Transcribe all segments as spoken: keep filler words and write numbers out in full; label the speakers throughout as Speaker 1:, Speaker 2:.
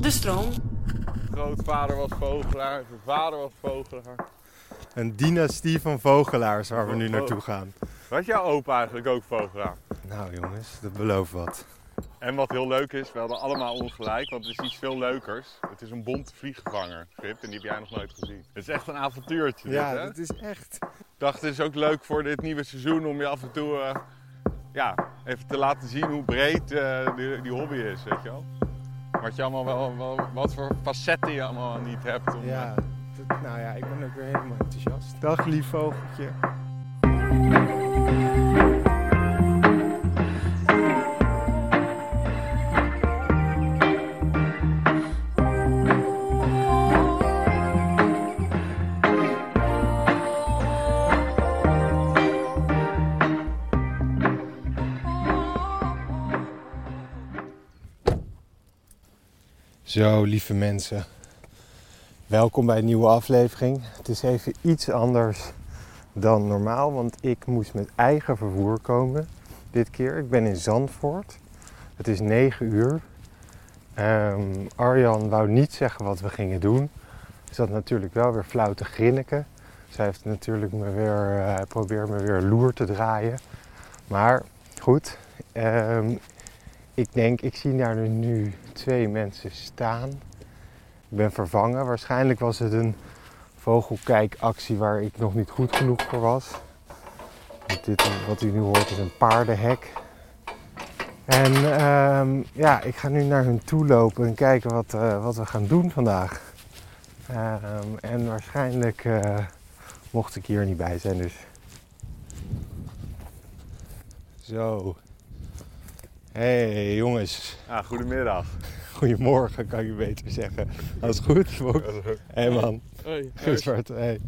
Speaker 1: De stroom.
Speaker 2: Grootvader was vogelaar, zijn vader was vogelaar.
Speaker 3: Een dynastie van vogelaars waar we nu naartoe gaan.
Speaker 2: Was jouw opa eigenlijk ook vogelaar?
Speaker 3: Nou jongens, dat belooft wat.
Speaker 2: En wat heel leuk is, we hadden allemaal ongelijk, want het is iets veel leukers. Het is een bonte vlieggevanger, Schip, en die heb jij nog nooit gezien. Het is echt een avontuurtje
Speaker 3: Ja,
Speaker 2: dit, hè?
Speaker 3: dat is echt...
Speaker 2: Ik dacht, het is ook leuk voor dit nieuwe seizoen om je af en toe uh, ja, even te laten zien hoe breed uh, die, die hobby is, weet je wel. Wat je allemaal wel, wel, wat voor facetten je allemaal niet hebt. Om,
Speaker 3: Ja, dat, nou ja, ik ben ook weer helemaal enthousiast. Dag lief vogeltje. Zo, lieve mensen. Welkom bij een nieuwe aflevering. Het is even iets anders dan normaal, want ik moest met eigen vervoer komen dit keer. Ik ben in Zandvoort. Het is negen uur. Um, Arjan wou niet zeggen wat we gingen doen. Ze zat natuurlijk wel weer flauw te grinniken. Zij heeft natuurlijk me weer, uh, probeert me weer loer te draaien. Maar goed, um, ik denk, ik zie daar nu twee mensen staan. Ik ben vervangen. Waarschijnlijk was het een vogelkijkactie waar ik nog niet goed genoeg voor was. Dit, wat u nu hoort is een paardenhek. En um, ja, ik ga nu naar hun toe lopen en kijken wat, uh, wat we gaan doen vandaag. Um, en waarschijnlijk uh, mocht ik hier niet bij zijn, dus. Zo. Hey jongens.
Speaker 2: Ja, goedemiddag.
Speaker 3: Goedemorgen, kan je beter zeggen. Alles goed, Fok? Hé hey, man.
Speaker 4: Hoi.
Speaker 3: Goed zwart, hey.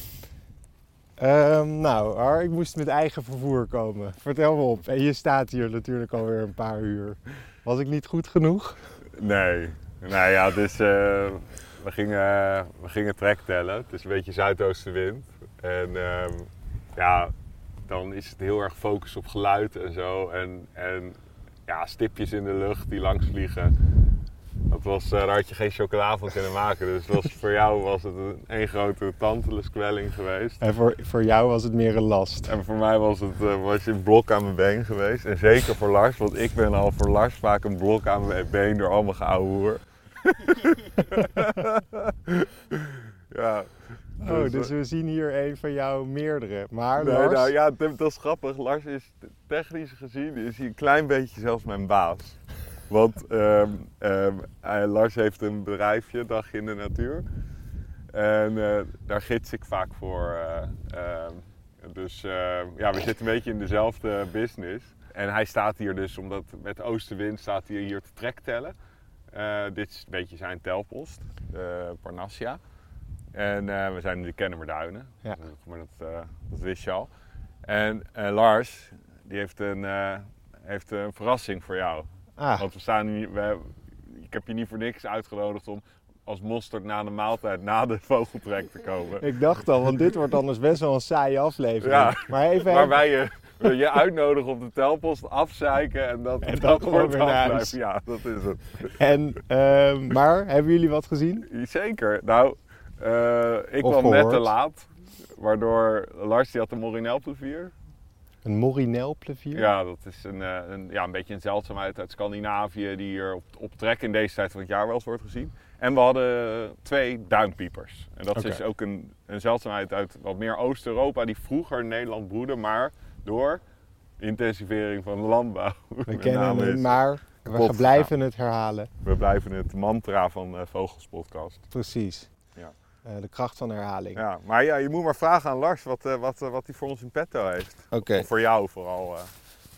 Speaker 3: Um, nou, Ar, ik moest met eigen vervoer komen. Vertel me op. En je staat hier natuurlijk alweer een paar uur. Was ik niet goed genoeg?
Speaker 2: Nee. Nou ja, dus, uh, we, gingen, we gingen trek tellen. Het is een beetje zuidoostenwind. En um, ja, dan is het heel erg focus op geluid en zo. En, en ja, stipjes in de lucht die langs vliegen. Dat was, uh, daar had je geen chocola van kunnen maken. Dus was, voor jou was het een, een grote tanteluskwelling geweest.
Speaker 3: En voor, voor jou was het meer een last.
Speaker 2: En voor mij was het uh, was een blok aan mijn been geweest. En zeker voor Lars, want ik ben al voor Lars vaak een blok aan mijn been door allemaal geouwehoer. Ja.
Speaker 3: Oh, dus, dus we zien hier een van jou meerdere. Maar
Speaker 2: nee,
Speaker 3: Lars...
Speaker 2: Nou ja, dat is grappig. Lars is technisch gezien is hij een klein beetje zelfs mijn baas. Want um, um, Lars heeft een bedrijfje, Dagje in de Natuur. En uh, daar gids ik vaak voor. Uh, uh, dus uh, ja, we zitten een beetje in dezelfde business. En hij staat hier dus, omdat met oostenwind staat hij hier te trek tellen. Uh, dit is een beetje zijn telpost, uh, Parnassia. En uh, we zijn in de Kennemerduinen,
Speaker 3: ja.
Speaker 2: maar dat, uh, dat wist je al. En uh, Lars, die heeft een, uh, heeft een verrassing voor jou.
Speaker 3: Ah.
Speaker 2: Want we staan hier, we, ik heb je niet voor niks uitgenodigd om als mosterd na de maaltijd na de vogeltrek te komen.
Speaker 3: Ik dacht al, want dit wordt anders best wel een saaie aflevering.
Speaker 2: Ja,
Speaker 3: maar even
Speaker 2: waarbij je je uitnodigen op de telpost, afzeiken en dat,
Speaker 3: en
Speaker 2: dat
Speaker 3: gewoon weer naar huis.
Speaker 2: Ja, dat is het.
Speaker 3: En, uh, maar, hebben jullie wat gezien?
Speaker 2: Zeker. Nou, uh, ik
Speaker 3: Of
Speaker 2: kwam
Speaker 3: gehoord.
Speaker 2: net te laat, waardoor Lars die had een morinelplevier.
Speaker 3: Een morinelplevier?
Speaker 2: Ja, dat is een, een, ja, een beetje een zeldzaamheid uit Scandinavië die hier op, op trek in deze tijd van het jaar wel eens wordt gezien. En we hadden twee duinpiepers. En dat
Speaker 3: Okay.
Speaker 2: is ook een, een zeldzaamheid uit wat meer Oost-Europa die vroeger in Nederland broedden, maar door intensivering van de landbouw.
Speaker 3: We kennen het,
Speaker 2: is
Speaker 3: maar we blijven het herhalen.
Speaker 2: We blijven het mantra van uh, Vogels Podcast.
Speaker 3: Precies.
Speaker 2: Ja.
Speaker 3: Uh, de kracht van herhaling.
Speaker 2: Ja, maar ja, je moet maar vragen aan Lars wat hij uh, wat, uh, wat voor ons in petto heeft.
Speaker 3: Oké. Okay.
Speaker 2: Of voor jou vooral. Uh.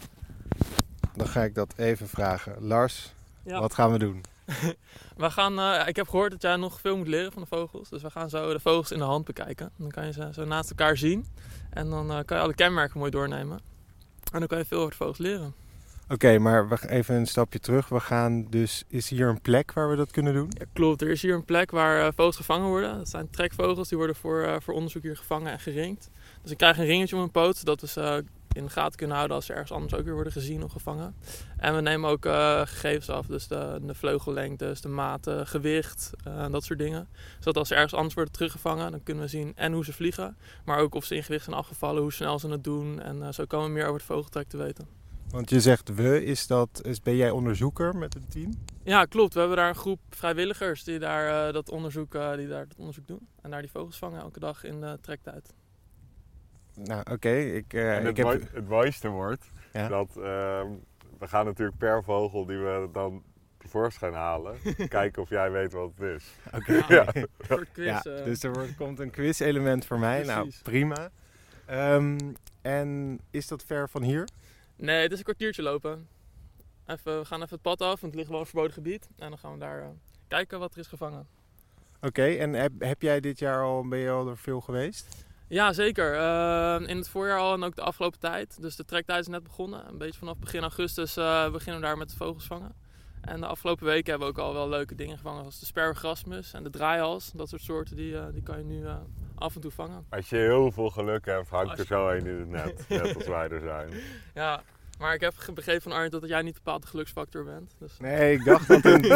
Speaker 3: Dan ga ik dat even vragen. Lars,
Speaker 4: ja.
Speaker 3: Wat gaan we doen?
Speaker 4: we gaan, uh, ik heb gehoord dat jij nog veel moet leren van de vogels. Dus we gaan zo de vogels in de hand bekijken. Dan kan je ze zo naast elkaar zien. En dan uh, kan je alle kenmerken mooi doornemen. En dan kan je veel over de vogels leren.
Speaker 3: Oké, okay, maar we gaan even een stapje terug. We gaan dus, is hier een plek waar we dat kunnen doen?
Speaker 4: Ja, klopt. Er is hier een plek waar uh, vogels gevangen worden. Dat zijn trekvogels, die worden voor, uh, voor onderzoek hier gevangen en geringd. Dus ik krijg een ringetje om hun poot, zodat dus, uh, in de gaten kunnen houden als ze ergens anders ook weer worden gezien of gevangen. En we nemen ook uh, gegevens af, dus de, de vleugellengtes, de maten, gewicht uh, en dat soort dingen. Zodat als ze ergens anders worden teruggevangen, dan kunnen we zien en hoe ze vliegen, maar ook of ze in gewicht zijn afgevallen, hoe snel ze het doen. En uh, zo komen we meer over het vogeltrek te weten.
Speaker 3: Want je zegt we, is dat, is, ben jij onderzoeker met een team?
Speaker 4: Ja, klopt. We hebben daar een groep vrijwilligers die daar, uh, dat, onderzoek, uh, die daar dat onderzoek doen. En daar die vogels vangen elke dag in de trektijd.
Speaker 3: Nou, oké. Okay. Ik, uh,
Speaker 2: en het,
Speaker 3: ik heb...
Speaker 2: mooi, het mooiste wordt
Speaker 3: ja?
Speaker 2: dat uh, we gaan natuurlijk per vogel die we dan tevoorschijn halen, kijken of jij weet wat het is.
Speaker 3: Oké. Okay.
Speaker 2: Ja.
Speaker 4: Een soort quiz.
Speaker 3: Ja,
Speaker 4: Uh...
Speaker 3: dus er wordt, komt een quiz-element voor mij.
Speaker 4: Precies.
Speaker 3: Nou, prima. Um, en is dat ver van hier?
Speaker 4: Nee, het is een kwartiertje lopen. Even, we gaan even het pad af, want het ligt wel een verboden gebied. En dan gaan we daar uh, kijken wat er is gevangen.
Speaker 3: Oké, okay, en heb, heb jij dit jaar al, ben je al er veel geweest?
Speaker 4: Ja, zeker. Uh, in het voorjaar al en ook de afgelopen tijd. Dus de trektijd is net begonnen. Een beetje vanaf begin augustus uh, beginnen we daar met de vogels vangen. En de afgelopen weken hebben we ook al wel leuke dingen gevangen. Zoals de sperwergrasmus en de draaihals. Dat soort soorten, die, uh, die kan je nu uh, af en toe vangen.
Speaker 2: Als je heel veel geluk hebt, hangt er zo een in het net. Net als wij er zijn.
Speaker 4: Ja, maar ik heb begrepen van Arjen dat jij niet bepaald de geluksfactor bent. Dus...
Speaker 3: Nee, ik dacht dat een...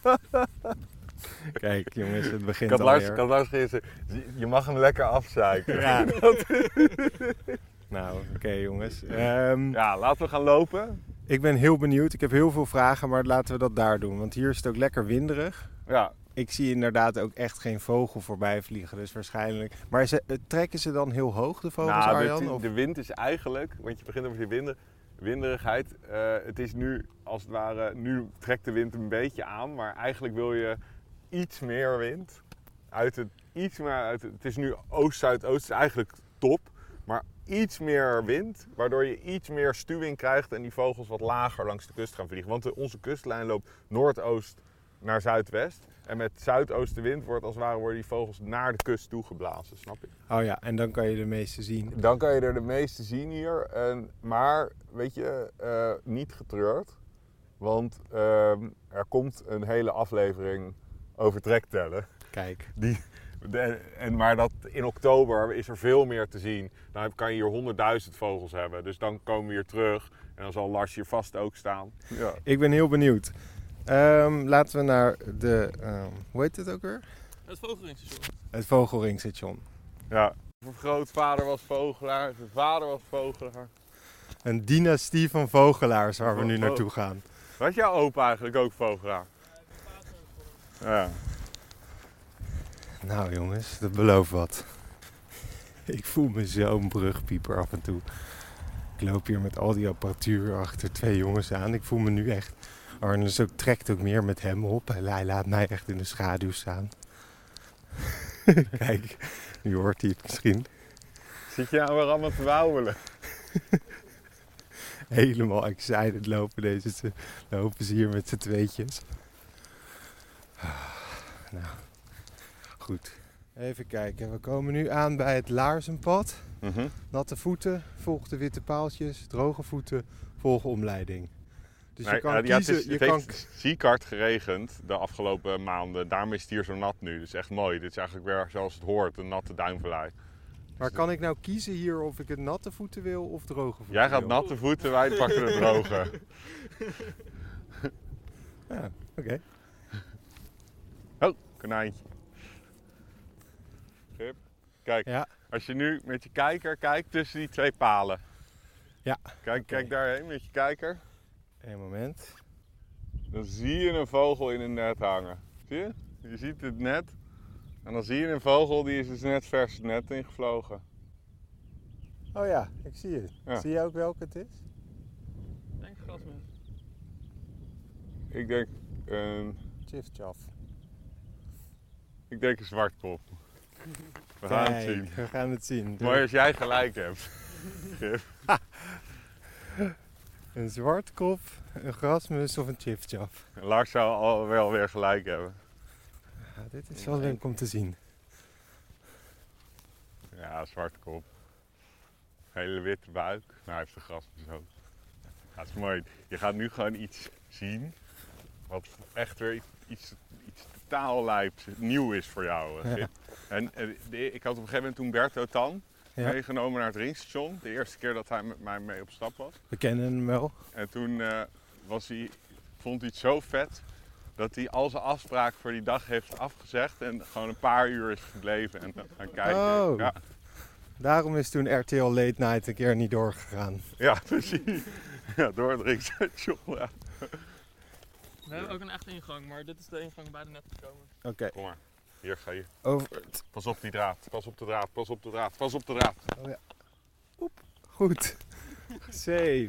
Speaker 3: Kijk jongens, het begint
Speaker 2: ik had
Speaker 3: alweer.
Speaker 2: Ik had luisteren, je mag hem lekker afzeiken.
Speaker 3: Ja. Nou, oké okay, jongens. Um,
Speaker 2: ja, laten we gaan lopen.
Speaker 3: Ik ben heel benieuwd. Ik heb heel veel vragen, maar laten we dat daar doen. Want hier is het ook lekker winderig.
Speaker 2: Ja.
Speaker 3: Ik zie inderdaad ook echt geen vogel voorbij vliegen, dus waarschijnlijk... Maar ze, trekken ze dan heel hoog, de vogels,
Speaker 2: nou,
Speaker 3: Arjan?
Speaker 2: De,
Speaker 3: of?
Speaker 2: de wind is eigenlijk, want je begint over die wind, winderigheid. Uh, het is nu, als het ware, nu trekt de wind een beetje aan, maar eigenlijk wil je iets meer wind. Uit het, iets meer uit het, het is nu oost-zuidoost, is eigenlijk top, maar iets meer wind, waardoor je iets meer stuwing krijgt en die vogels wat lager langs de kust gaan vliegen. Want de, onze kustlijn loopt noordoost naar zuidwest. En met zuidoostenwind wordt als het ware worden die vogels naar de kust toe geblazen, snap je?
Speaker 3: Oh ja, en dan kan je de meeste zien.
Speaker 2: Dan kan je er de meeste zien hier. En, maar, weet je, uh, niet getreurd. Want uh, er komt een hele aflevering over trektellen.
Speaker 3: Kijk.
Speaker 2: Die, de, en, maar dat, in oktober is er veel meer te zien. Dan kan je hier honderdduizend vogels hebben. Dus dan komen we hier terug. En dan zal Lars hier vast ook staan. Ja.
Speaker 3: Ik ben heel benieuwd. Um, laten we naar de, um, hoe heet het ook weer?
Speaker 4: Het vogelringstation.
Speaker 3: Het vogelringstation.
Speaker 2: Ja. Mijn grootvader was vogelaar, zijn vader was vogelaar.
Speaker 3: Een dynastie van vogelaars waar we nu naartoe gaan.
Speaker 2: Was jouw opa eigenlijk ook vogelaar? Ja.
Speaker 3: Nou jongens, dat belooft wat. Ik voel me zo'n brugpieper af en toe. Ik loop hier met al die apparatuur achter twee jongens aan. Ik voel me nu echt... Arnes ook, trekt ook meer met hem op. Hij laat mij echt in de schaduw staan. Kijk, nu hoort hij het misschien.
Speaker 2: Zit je nou weer allemaal te wauwelen?
Speaker 3: Helemaal excited lopen, deze, lopen ze hier met z'n tweetjes. Nou, goed. Even kijken, we komen nu aan bij het Laarzenpad.
Speaker 2: Mm-hmm.
Speaker 3: Natte voeten, volg de witte paaltjes. Droge voeten, volg omleiding. Dus nee, je kan
Speaker 2: ja,
Speaker 3: kiezen...
Speaker 2: Ja, het, is,
Speaker 3: je
Speaker 2: het
Speaker 3: kan...
Speaker 2: heeft ziek hard geregend de afgelopen maanden. Daarom is het hier zo nat nu. Dat is echt mooi. Dit is eigenlijk weer zoals het hoort, een natte duinvallei.
Speaker 3: Maar kan ik nou kiezen hier of ik het natte voeten wil of droge voeten
Speaker 2: Jij gaat
Speaker 3: wil?
Speaker 2: natte voeten, wij pakken de droge.
Speaker 3: Ja, oké.
Speaker 2: Okay. Oh, konijntje. Schip. Kijk,
Speaker 3: ja.
Speaker 2: Als je nu met je kijker kijkt tussen die twee palen.
Speaker 3: Ja.
Speaker 2: Kijk, okay. Kijk daarheen met je kijker.
Speaker 3: Eén moment.
Speaker 2: Dan zie je een vogel in een net hangen. Zie je? Je ziet het net. En dan zie je een vogel die is dus net vers het net ingevlogen.
Speaker 3: Oh ja, ik zie het. Ja. Zie je ook welke het is?
Speaker 4: Ik denk grasmus.
Speaker 2: Ik denk een...
Speaker 3: Tjiftjaf.
Speaker 2: Ik denk een zwartkop. We
Speaker 3: Kijk,
Speaker 2: gaan het zien.
Speaker 3: We gaan het zien.
Speaker 2: Mooi als jij gelijk hebt.
Speaker 3: Een zwartkop, een grasmus of een tjiftjaf.
Speaker 2: Lars zou al wel weer gelijk hebben.
Speaker 3: Ja, dit is wel leuk om te zien.
Speaker 2: Ja, zwartkop. Hele witte buik. Nou, hij heeft een grasmus ook. Ja, dat is mooi. Je gaat nu gewoon iets zien wat echt weer iets, iets totaal lijps, nieuw is voor jou. Ja. En, en ik had op een gegeven moment toen Berto Tan,
Speaker 3: Ja.
Speaker 2: meegenomen naar het ringstation. De eerste keer dat hij met mij mee op stap was.
Speaker 3: We kennen hem wel.
Speaker 2: En toen uh, was hij, vond hij het zo vet dat hij al zijn afspraak voor die dag heeft afgezegd en gewoon een paar uur is gebleven en gaan kijken.
Speaker 3: Oh.
Speaker 2: Ja.
Speaker 3: Daarom is toen R T L Late Night een keer niet doorgegaan.
Speaker 2: Ja, precies. Ja, door het ringstation. Ja.
Speaker 4: We hebben ook een echte ingang, maar dit is de ingang bij de net gekomen.
Speaker 3: Oké. Okay.
Speaker 2: Kom maar, hier ga je.
Speaker 3: Over.
Speaker 2: Pas op die draad, pas op de draad, pas op de draad, pas op de draad.
Speaker 3: Oh ja. Oep. Goed. Safe.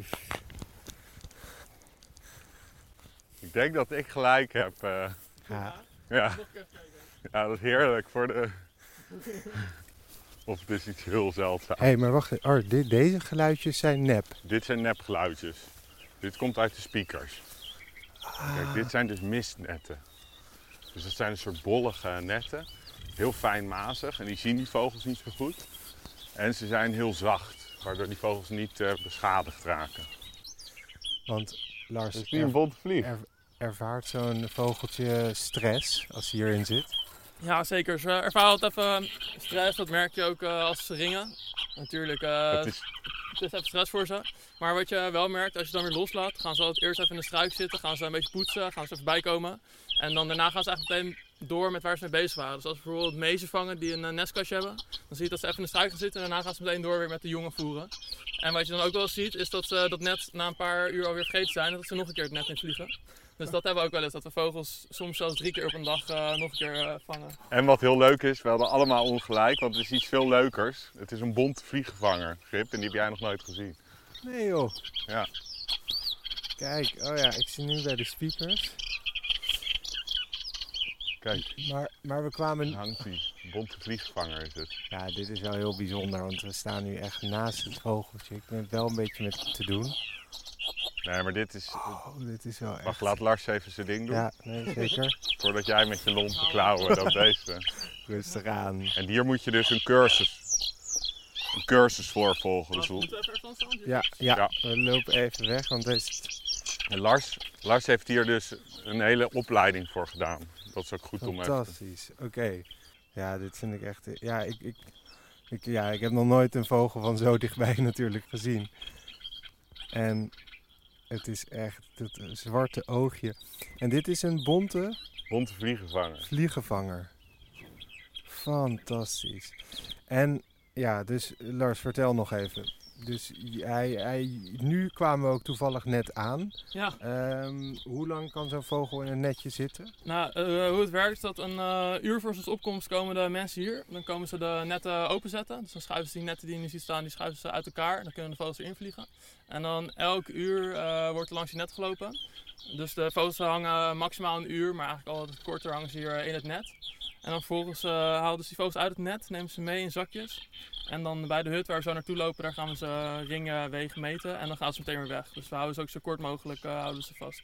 Speaker 2: Ik denk dat ik gelijk heb. Uh,
Speaker 3: ja.
Speaker 2: Ja. Ja, dat is heerlijk voor de... Of het is iets heel zeldzaams.
Speaker 3: Hé, hey, maar wacht. Oh, dit, deze geluidjes zijn nep.
Speaker 2: Dit zijn nepgeluidjes. Dit komt uit de speakers. Ah. Kijk, dit zijn dus mistnetten. Dus dat zijn een soort bollige netten. Heel fijnmazig en die zien die vogels niet zo goed. En ze zijn heel zacht, waardoor die vogels niet uh, beschadigd raken.
Speaker 3: Want Lars,
Speaker 2: is niet een bonte vlieg.
Speaker 3: Er, ervaart zo'n vogeltje stress als hij hierin zit?
Speaker 4: Ja, zeker. Ze ervaren altijd even stress. Dat merk je ook uh, als ze ringen. Natuurlijk, uh, het, is... het is even stress voor ze. Maar wat je wel merkt, als je dan weer loslaat, gaan ze altijd eerst even in de struik zitten. Gaan ze een beetje poetsen, gaan ze even bijkomen. En dan daarna gaan ze eigenlijk meteen door met waar ze mee bezig waren. Dus als we bijvoorbeeld mezen vangen die een uh, nestkastje hebben, dan zie je dat ze even in de struik gaan zitten. En daarna gaan ze meteen door weer met de jongen voeren. En wat je dan ook wel eens ziet, is dat ze dat net na een paar uur alweer vergeten zijn. En dat ze nog een keer het net in vliegen. Dus dat hebben we ook wel eens, dat we vogels soms zelfs drie keer op een dag uh, nog een keer uh, vangen.
Speaker 2: En wat heel leuk is, we hadden allemaal ongelijk, want het is iets veel leukers. Het is een bonte vlieggevanger, Grip, en die heb jij nog nooit gezien.
Speaker 3: Nee joh.
Speaker 2: Ja.
Speaker 3: Kijk, oh ja, ik zie nu bij de speakers.
Speaker 2: Kijk,
Speaker 3: maar, maar we kwamen...
Speaker 2: hangt die bonte vlieggevanger is het.
Speaker 3: Ja, dit is wel heel bijzonder, want we staan nu echt naast het vogeltje. Ik ben wel een beetje met te doen.
Speaker 2: Nee, maar dit is...
Speaker 3: Oh, dit is wel echt...
Speaker 2: Wacht, laat Lars even zijn ding doen.
Speaker 3: Ja, nee, zeker.
Speaker 2: Voordat jij met je lompe klauwen dan deze.
Speaker 3: Rustig aan.
Speaker 2: En hier moet je dus een cursus, een cursus voor volgen. Dus
Speaker 4: Moeten we even ervan staan?
Speaker 3: Ja, ja, ja, we lopen even weg, want deze...
Speaker 2: En Lars, Lars heeft hier dus een hele opleiding voor gedaan. Dat is ook goed om even...
Speaker 3: Fantastisch, oké. Okay. Ja, dit vind ik echt... Ja ik, ik, ik, ja, ik heb nog nooit een vogel van zo dichtbij natuurlijk gezien. En... Het is echt het zwarte oogje. En dit is een bonte...
Speaker 2: Bonte vliegenvanger.
Speaker 3: Vliegenvanger. Fantastisch. En ja, dus Lars, vertel nog even. Dus hij, hij, nu kwamen we ook toevallig net aan.
Speaker 4: Ja.
Speaker 3: Um, hoe lang kan zo'n vogel in een netje zitten?
Speaker 4: Nou, uh, hoe het werkt is dat een uh, uur voor zonsopkomst komen de mensen hier. Dan komen ze de netten openzetten. Dus dan schuiven ze die netten die je nu ziet staan, die schuiven ze uit elkaar. Dan kunnen de vogels erin vliegen. En dan elk uur uh, wordt er langs je net gelopen. Dus de vogels hangen maximaal een uur, maar eigenlijk al wat korter hangen ze hier in het net. En dan vervolgens uh, halen ze die vogels uit het net, nemen ze mee in zakjes. En dan bij de hut waar we zo naartoe lopen, daar gaan we ze ringen, wegen, meten. En dan gaan ze meteen weer weg. Dus we houden ze ook zo kort mogelijk uh, houden ze vast.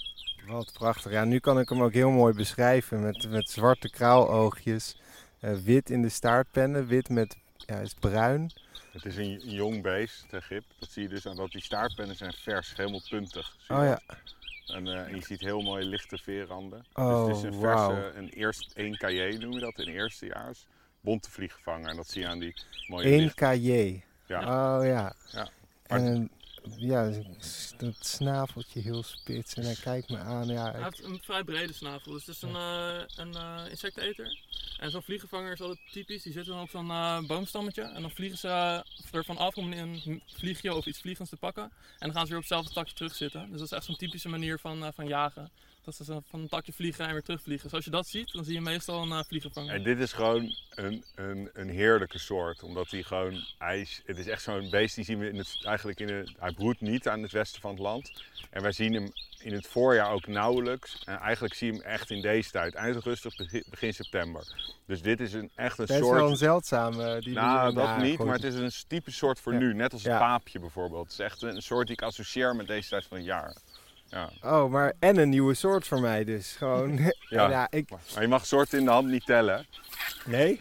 Speaker 3: Wat prachtig. Ja, nu kan ik hem ook heel mooi beschrijven met, met zwarte kraaloogjes. Uh, wit in de staartpennen, wit met ja, is bruin.
Speaker 2: Het is een jong beest, de Grip. Dat zie je dus aan dat die staartpennen zijn vers, helemaal puntig.
Speaker 3: Oh ja.
Speaker 2: En, uh, en je ziet heel mooie lichte veerranden.
Speaker 3: Oh,
Speaker 2: dus het is een verse,
Speaker 3: wow.
Speaker 2: een eerst één K J noemen we dat, een eerstejaars. Bonte vlieggevanger. En dat zie je aan die mooie
Speaker 3: één K J?
Speaker 2: Ja.
Speaker 3: Oh ja.
Speaker 2: Ja.
Speaker 3: En ja, dat snaveltje heel spits en hij kijkt me aan. Ja, ik...
Speaker 4: Hij heeft een vrij brede snavel, dus het is een, uh, een uh, insecteneter. En zo'n vliegenvanger is altijd typisch, die zitten dan op zo'n uh, boomstammetje. En dan vliegen ze uh, ervan af om een vliegje of iets vliegends te pakken. En dan gaan ze weer op hetzelfde takje terugzitten. Dus dat is echt zo'n typische manier van, uh, van jagen. Dat ze van een takje vliegen en weer terugvliegen. Dus als je dat ziet, dan zie je meestal een uh, vliegenvanger.
Speaker 2: En dit is gewoon een, een, een heerlijke soort. Omdat hij gewoon, hij is, het is echt zo'n beest die zien we in het, eigenlijk in het, hij broedt niet aan het westen van het land. En wij zien hem in het voorjaar ook nauwelijks. En eigenlijk zie je hem echt in deze tijd, eind augustus, begin, begin september. Dus dit is een, echt een
Speaker 3: Best
Speaker 2: soort...
Speaker 3: wel een zeldzame. Die
Speaker 2: nou, dat
Speaker 3: nou,
Speaker 2: niet,
Speaker 3: goed.
Speaker 2: maar het is een type soort voor
Speaker 3: ja.
Speaker 2: nu. Net als het
Speaker 3: ja.
Speaker 2: paapje bijvoorbeeld. Het is echt een soort die ik associeer met deze tijd van het jaar. Ja.
Speaker 3: Oh, maar en een nieuwe soort voor mij dus. Gewoon.
Speaker 2: Ja.
Speaker 3: ja, ik...
Speaker 2: Maar je mag soorten in de hand niet tellen.
Speaker 3: Nee?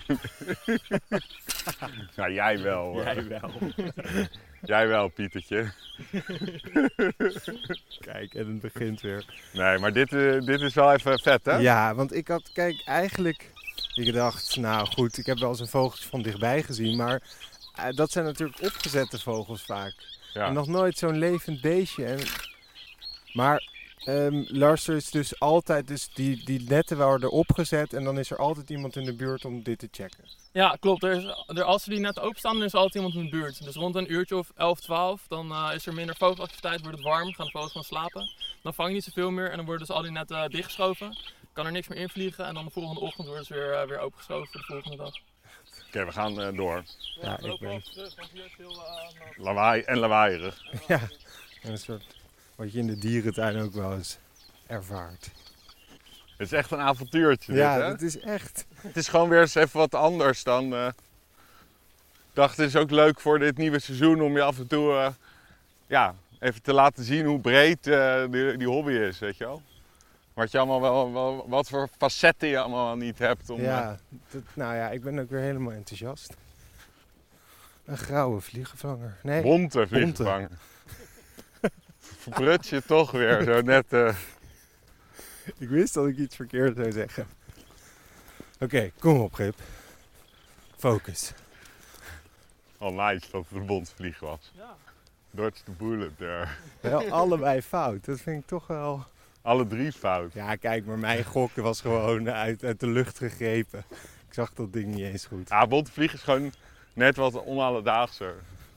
Speaker 2: Nou, jij wel hoor.
Speaker 3: Jij wel.
Speaker 2: Jij wel, Pietertje.
Speaker 3: Kijk, en het begint weer.
Speaker 2: Nee, maar dit, uh, dit is wel even vet, hè?
Speaker 3: Ja, want ik had, kijk, eigenlijk... Ik dacht, nou goed, ik heb wel eens een vogeltje van dichtbij gezien, maar uh, dat zijn natuurlijk opgezette vogels vaak.
Speaker 2: Ja.
Speaker 3: En nog nooit zo'n levend beestje. En, maar um, Lars, er is dus altijd, dus die, die netten worden opgezet en dan is er altijd iemand in de buurt om dit te checken.
Speaker 4: Ja, klopt. Er is, er, als ze die net openstaan, dan is er altijd iemand in de buurt. Dus rond een uurtje of elf, twaalf, dan uh, is er minder vogelactiviteit, wordt het warm, gaan de vogels gaan slapen. Dan vang je niet zoveel meer en dan worden dus al die netten uh, dichtgeschoven. Kan er niks meer in vliegen en dan de volgende ochtend worden ze weer, uh, weer opengeschoven voor de volgende dag.
Speaker 2: Oké, okay, we gaan uh, door.
Speaker 4: Ja,
Speaker 3: Ja,
Speaker 4: we
Speaker 3: ik
Speaker 4: lopen
Speaker 3: ben-
Speaker 4: wel terug, want hier is heel... Uh,
Speaker 2: Lawaai en lawaaierig.
Speaker 3: Ja, een soort wat je in de dierentuin ook wel eens ervaart.
Speaker 2: Het is echt een avontuurtje
Speaker 3: Ja,
Speaker 2: dit, hè?
Speaker 3: dat is echt.
Speaker 2: Het is gewoon weer eens even wat anders dan... Uh... Ik dacht, het is ook leuk voor dit nieuwe seizoen om je af en toe... Uh, ja, even te laten zien hoe breed uh, die, die hobby is, weet je wel? Wat je allemaal wel, wel... Wat voor facetten je allemaal wel niet hebt om...
Speaker 3: Ja, dat, nou ja, ik ben ook weer helemaal enthousiast. Een grauwe vliegenvanger. Nee,
Speaker 2: Bonte vliegvanger. Verprut je toch weer, zo net... Uh...
Speaker 3: ik wist dat ik iets verkeerd zou zeggen. Oké, okay, kom op, Gip. Focus.
Speaker 2: Oh, nice dat het een bontvlieg was.
Speaker 4: ja.
Speaker 2: Dodge the bullet there.
Speaker 3: Wel allebei fout, dat vind ik toch wel...
Speaker 2: Alle drie fout.
Speaker 3: Ja, kijk, maar mijn gok was gewoon uit, uit de lucht gegrepen. Ik zag dat ding niet eens goed.
Speaker 2: Ja, bonte vlieg is gewoon net wat onalledaagser.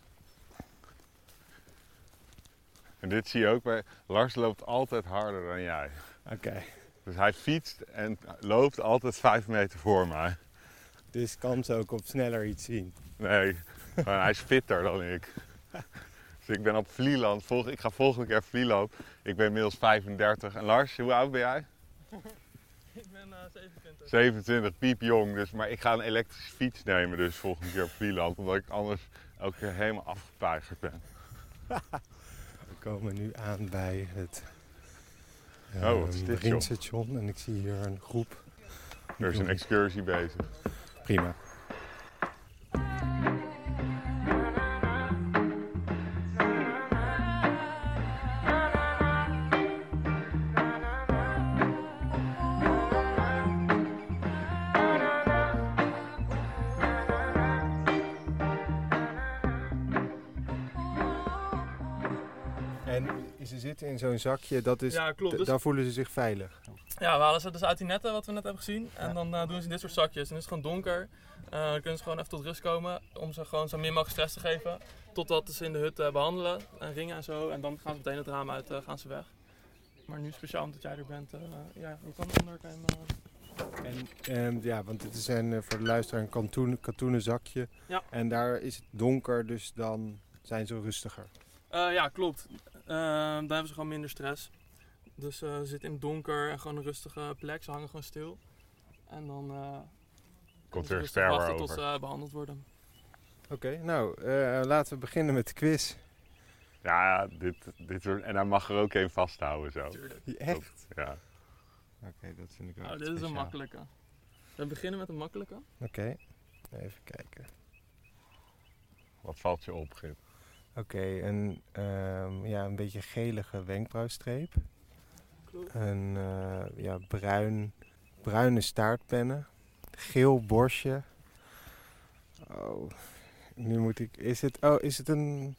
Speaker 2: En dit zie je ook bij... Lars loopt altijd harder dan jij.
Speaker 3: Oké, okay.
Speaker 2: Dus hij fietst en loopt altijd vijf meter voor mij.
Speaker 3: dus kan ze ook op sneller iets zien.
Speaker 2: Nee, maar hij is fitter dan ik. Dus ik ben op Vlieland. Volg, ik ga volgende keer Vlieland. Ik ben inmiddels vijfendertig. En Lars, hoe oud ben jij?
Speaker 4: Ik ben uh, zevenentwintig.
Speaker 2: zevenentwintig, piepjong. Dus, maar ik ga een elektrische fiets nemen dus volgende keer op Vlieland. Omdat ik anders elke keer helemaal afgepeigerd ben.
Speaker 3: We komen nu aan bij het
Speaker 2: uh, oh, wat is dit,
Speaker 3: marinestation. En ik zie hier een groep.
Speaker 2: Er is een excursie bezig.
Speaker 3: Prima. En ze zitten in zo'n zakje, dat is,
Speaker 4: Ja, klopt.
Speaker 3: d-
Speaker 4: Dus-
Speaker 3: daar voelen ze zich veilig.
Speaker 4: Ja, we halen ze dus uit die netten wat we net hebben gezien. En dan uh, doen ze in dit soort zakjes. En dan is het gewoon donker. Uh, dan kunnen ze gewoon even tot rust komen. Om ze gewoon zo min mogelijk stress te geven. Totdat ze in de hut uh, behandelen. En ringen en zo. En dan gaan ze meteen het raam uit, uh, gaan ze weg. Maar nu speciaal omdat jij er bent. Uh, ja, je kan onder kan je hem, uh...
Speaker 3: En, um, ja, want dit is een, uh, voor de luisteraar een katoenen, katoenen zakje.
Speaker 4: Ja.
Speaker 3: En daar is het donker, dus dan zijn ze rustiger.
Speaker 4: Uh, ja, klopt. Uh, dan hebben ze gewoon minder stress. Dus uh, ze zitten in het donker en gewoon een rustige plek. Ze hangen gewoon stil. En dan uh,
Speaker 2: Komt
Speaker 4: ze
Speaker 2: er een
Speaker 4: rustig
Speaker 2: sperwer
Speaker 4: wachten
Speaker 2: over.
Speaker 4: tot ze uh, behandeld worden.
Speaker 3: Oké, okay, nou uh, laten we beginnen met de quiz.
Speaker 2: Ja, dit, dit soort, en hij mag er ook een vasthouden zo.
Speaker 4: Tuurlijk.
Speaker 3: Echt?
Speaker 2: Dat, ja.
Speaker 3: Oké, okay, dat vind ik ook
Speaker 4: Nou, dit
Speaker 3: speciaal.
Speaker 4: is een makkelijke. We beginnen met een makkelijke.
Speaker 3: Oké, okay. Even kijken.
Speaker 2: Wat valt je op, Gip?
Speaker 3: Oké, okay, een, um, ja, een beetje gelige wenkbrauwstreep.
Speaker 4: Klopt.
Speaker 3: Een uh, ja, bruin, bruine staartpennen. Geel borstje. Oh, nu moet ik... Is het, oh, is het een